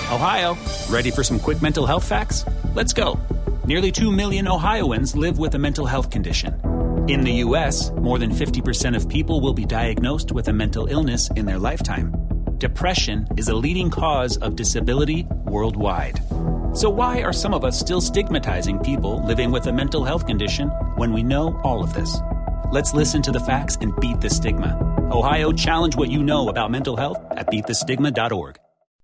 Ohio, ready for some quick mental health facts? Let's go. Nearly 2 million Ohioans live with a mental health condition. In the U.S., more than 50% of people will be diagnosed with a mental illness in their lifetime. Depression is a leading cause of disability worldwide. So why are some of us still stigmatizing people living with a mental health condition when we know all of this? Let's listen to the facts and beat the stigma. Ohio, challenge what you know about mental health at beatthestigma.org.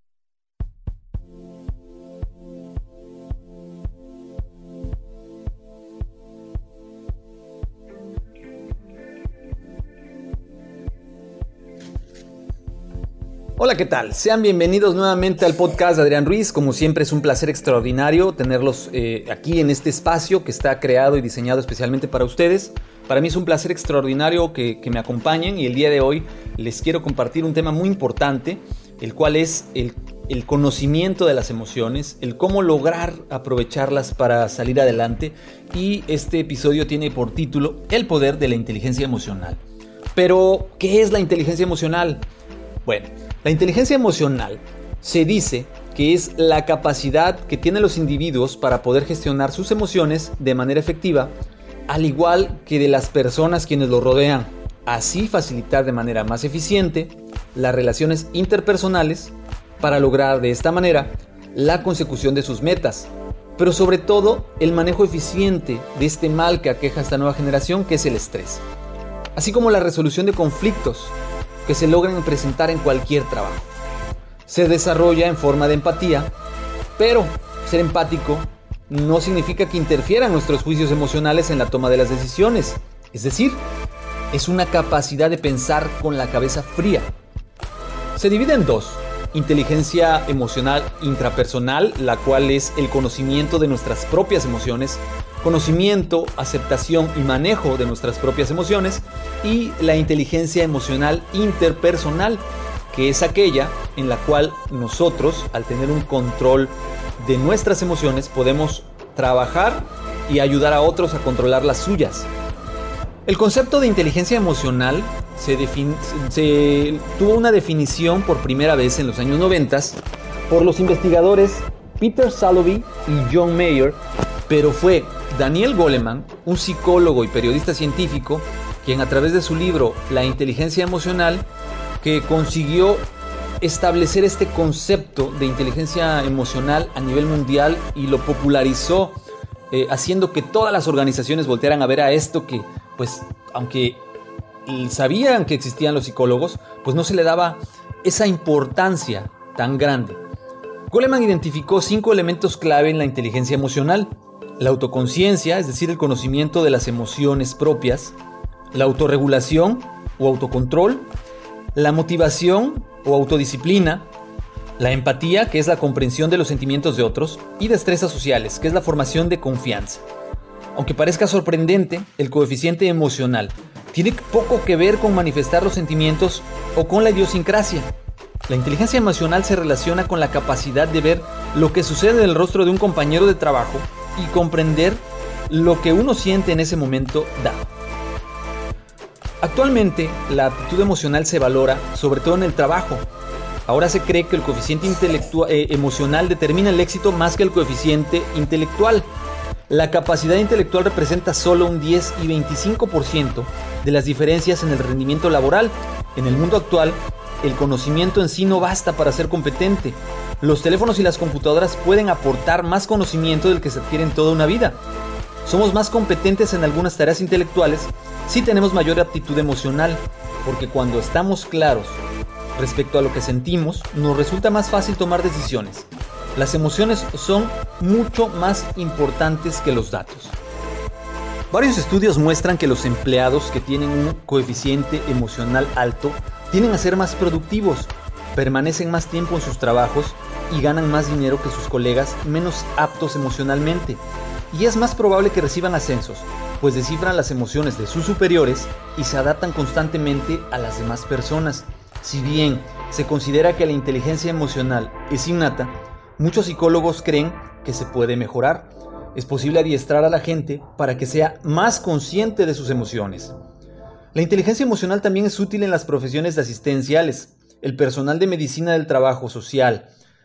Hola, ¿qué tal? Sean bienvenidos nuevamente al podcast de Adrián Ruiz. Como siempre es un placer extraordinario tenerlos aquí en este espacio que está creado y diseñado especialmente para ustedes. Para mí es un placer extraordinario que me acompañen y el día de hoy les quiero compartir un tema muy importante, el cual es el conocimiento de las emociones, el cómo lograr aprovecharlas para salir adelante, y este episodio tiene por título El poder de la inteligencia emocional. Pero, ¿qué es la inteligencia emocional? Bueno, la inteligencia emocional se dice que es la capacidad que tienen los individuos para poder gestionar sus emociones de manera efectiva, al igual que de las personas quienes los rodean, así facilitar de manera más eficiente las relaciones interpersonales para lograr de esta manera la consecución de sus metas, pero sobre todo el manejo eficiente de este mal que aqueja a esta nueva generación, que es el estrés, así como la resolución de conflictos que se logran presentar en cualquier trabajo. Se desarrolla en forma de empatía, pero ser empático no significa que interfieran nuestros juicios emocionales en la toma de las decisiones. Es decir, es una capacidad de pensar con la cabeza fría. Se divide en dos: inteligencia emocional intrapersonal, la cual es el conocimiento de nuestras propias emociones, conocimiento, aceptación y manejo de nuestras propias emociones, y la inteligencia emocional interpersonal, que es aquella en la cual nosotros, al tener un control de nuestras emociones, podemos trabajar y ayudar a otros a controlar las suyas. El concepto de inteligencia emocional tuvo una definición por primera vez en los años 90 por los investigadores Peter Salovey y John Mayer, pero fue Daniel Goleman, un psicólogo y periodista científico, quien a través de su libro La inteligencia emocional, que consiguió establecer este concepto de inteligencia emocional a nivel mundial y lo popularizó, haciendo que todas las organizaciones voltearan a ver a esto que, pues, aunque sabían que existían los psicólogos, pues no se le daba esa importancia tan grande. Goleman identificó 5 elementos clave en la inteligencia emocional: la autoconciencia, es decir, el conocimiento de las emociones propias; la autorregulación o autocontrol; la motivación o autodisciplina; la empatía, que es la comprensión de los sentimientos de otros; y destrezas sociales, que es la formación de confianza. Aunque parezca sorprendente, el coeficiente emocional tiene poco que ver con manifestar los sentimientos o con la idiosincrasia. La inteligencia emocional se relaciona con la capacidad de ver lo que sucede en el rostro de un compañero de trabajo y comprender lo que uno siente en ese momento dado. Actualmente, la aptitud emocional se valora sobre todo en el trabajo. Ahora se cree que el coeficiente emocional determina el éxito más que el coeficiente intelectual. La capacidad intelectual representa solo un 10 y 25% de las diferencias en el rendimiento laboral. En el mundo actual, el conocimiento en sí no basta para ser competente. Los teléfonos y las computadoras pueden aportar más conocimiento del que se adquiere en toda una vida. Somos más competentes en algunas tareas intelectuales si tenemos mayor aptitud emocional, porque cuando estamos claros respecto a lo que sentimos, nos resulta más fácil tomar decisiones. Las emociones son mucho más importantes que los datos. Varios estudios muestran que los empleados que tienen un coeficiente emocional alto tienden a ser más productivos, permanecen más tiempo en sus trabajos y ganan más dinero que sus colegas menos aptos emocionalmente. Y es más probable que reciban ascensos, pues descifran las emociones de sus superiores y se adaptan constantemente a las demás personas. Si bien se considera que la inteligencia emocional es innata, muchos psicólogos creen que se puede mejorar. Es posible adiestrar a la gente para que sea más consciente de sus emociones. La inteligencia emocional también es útil en las profesiones asistenciales. El personal de medicina del trabajo social,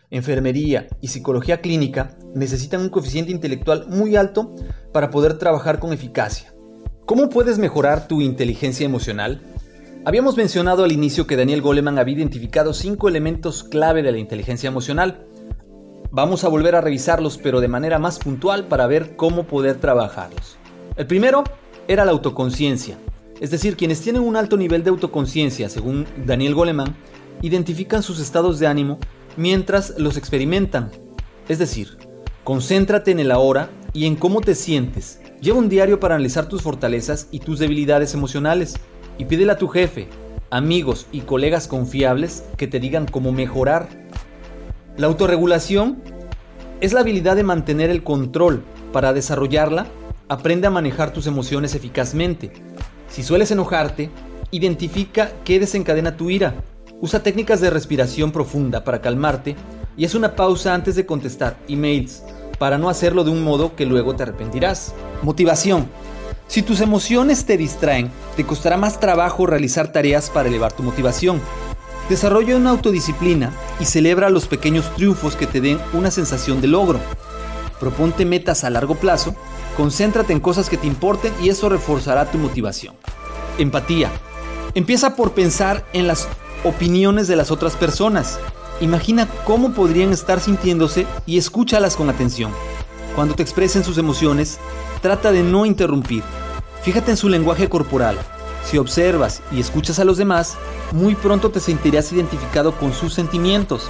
enfermería y psicología clínica necesitan un coeficiente intelectual muy alto para poder trabajar con eficacia. ¿Cómo puedes mejorar tu inteligencia emocional? Habíamos mencionado al inicio que Daniel Goleman había identificado 5 elementos clave de la inteligencia emocional. Vamos a volver a revisarlos, pero de manera más puntual para ver cómo poder trabajarlos. El primero era la autoconciencia. Es decir, quienes tienen un alto nivel de autoconciencia, según Daniel Goleman, identifican sus estados de ánimo mientras los experimentan. Es decir, concéntrate en el ahora y en cómo te sientes. Lleva un diario para analizar tus fortalezas y tus debilidades emocionales y pídele a tu jefe, amigos y colegas confiables que te digan cómo mejorar. La autorregulación es la habilidad de mantener el control. Para desarrollarla, aprende a manejar tus emociones eficazmente. Si sueles enojarte, identifica qué desencadena tu ira. Usa técnicas de respiración profunda para calmarte y haz una pausa antes de contestar emails para no hacerlo de un modo que luego te arrepentirás. Motivación. Si tus emociones te distraen, te costará más trabajo realizar tareas para elevar tu motivación. Desarrolla una autodisciplina y celebra los pequeños triunfos que te den una sensación de logro. Proponte metas a largo plazo, concéntrate en cosas que te importen y eso reforzará tu motivación. Empatía. Empieza por pensar en las opiniones de las otras personas. Imagina cómo podrían estar sintiéndose y escúchalas con atención. Cuando te expresen sus emociones, trata de no interrumpir. Fíjate en su lenguaje corporal. Si observas y escuchas a los demás, muy pronto te sentirás identificado con sus sentimientos.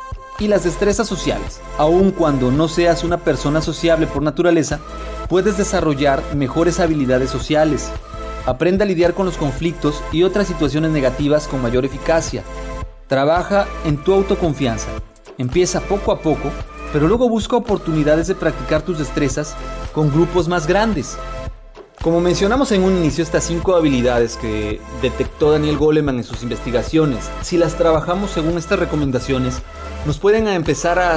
Y las destrezas sociales. Aun cuando no seas una persona sociable por naturaleza, puedes desarrollar mejores habilidades sociales. Aprende a lidiar con los conflictos y otras situaciones negativas con mayor eficacia. Trabaja en tu autoconfianza. Empieza poco a poco, pero luego busca oportunidades de practicar tus destrezas con grupos más grandes. Como mencionamos en un inicio, estas 5 habilidades que detectó Daniel Goleman en sus investigaciones, si las trabajamos según estas recomendaciones, nos pueden empezar a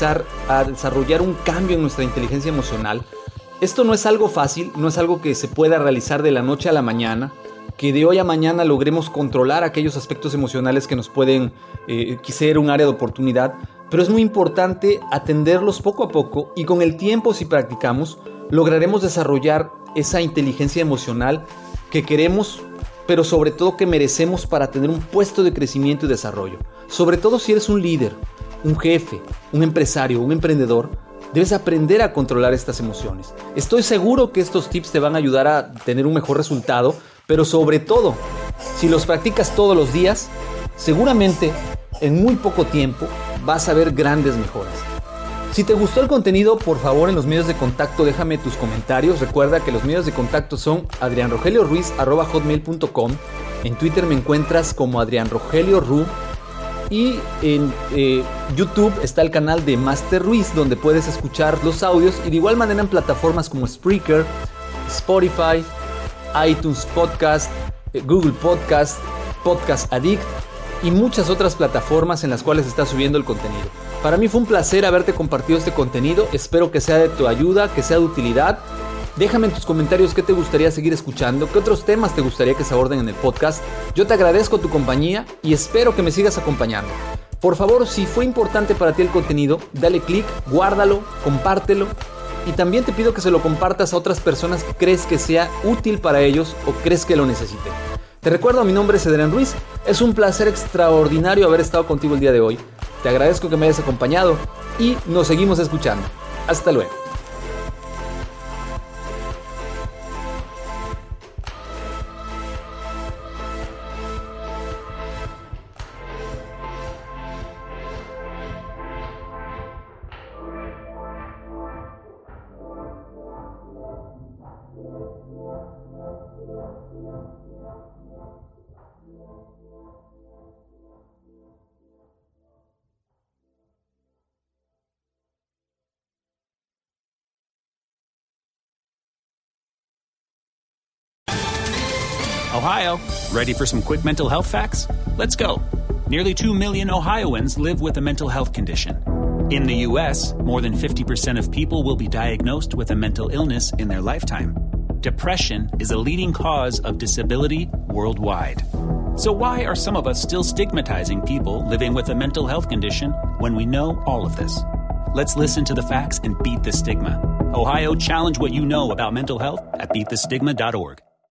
desarrollar un cambio en nuestra inteligencia emocional. Esto no es algo fácil, no es algo que se pueda realizar de la noche a la mañana, que de hoy a mañana logremos controlar aquellos aspectos emocionales que nos pueden ser un área de oportunidad, pero es muy importante atenderlos poco a poco y con el tiempo, si practicamos, lograremos desarrollar esa inteligencia emocional que queremos, pero sobre todo que merecemos para tener un puesto de crecimiento y desarrollo. Sobre todo si eres un líder, un jefe, un empresario, un emprendedor, debes aprender a controlar estas emociones. Estoy seguro que estos tips te van a ayudar a tener un mejor resultado, pero sobre todo, si los practicas todos los días, seguramente en muy poco tiempo vas a ver grandes mejoras. Si te gustó el contenido, por favor en los medios de contacto déjame tus comentarios. Recuerda que los medios de contacto son adrianrogelioruiz@hotmail.com. En Twitter me encuentras como adrianrogelioru. Y en YouTube está el canal de Master Ruiz, donde puedes escuchar los audios. Y de igual manera en plataformas como Spreaker, Spotify, iTunes Podcast, Google Podcast, Podcast Addict y muchas otras plataformas en las cuales está subiendo el contenido. Para mí fue un placer haberte compartido este contenido. Espero que sea de tu ayuda, que sea de utilidad. Déjame en tus comentarios qué te gustaría seguir escuchando, qué otros temas te gustaría que se aborden en el podcast. Yo te agradezco tu compañía y espero que me sigas acompañando. Por favor, si fue importante para ti el contenido, dale click, guárdalo, compártelo y también te pido que se lo compartas a otras personas que crees que sea útil para ellos o crees que lo necesiten. Te recuerdo, mi nombre es Adrián Ruiz. Es un placer extraordinario haber estado contigo el día de hoy. Te agradezco que me hayas acompañado y nos seguimos escuchando. Hasta luego. Ohio, ready for some quick mental health facts? Let's go. Nearly 2 million Ohioans live with a mental health condition. In the U.S., more than 50% of people will be diagnosed with a mental illness in their lifetime. Depression is a leading cause of disability worldwide. So why are some of us still stigmatizing people living with a mental health condition when we know all of this? Let's listen to the facts and beat the stigma. Ohio, challenge what you know about mental health at beatthestigma.org.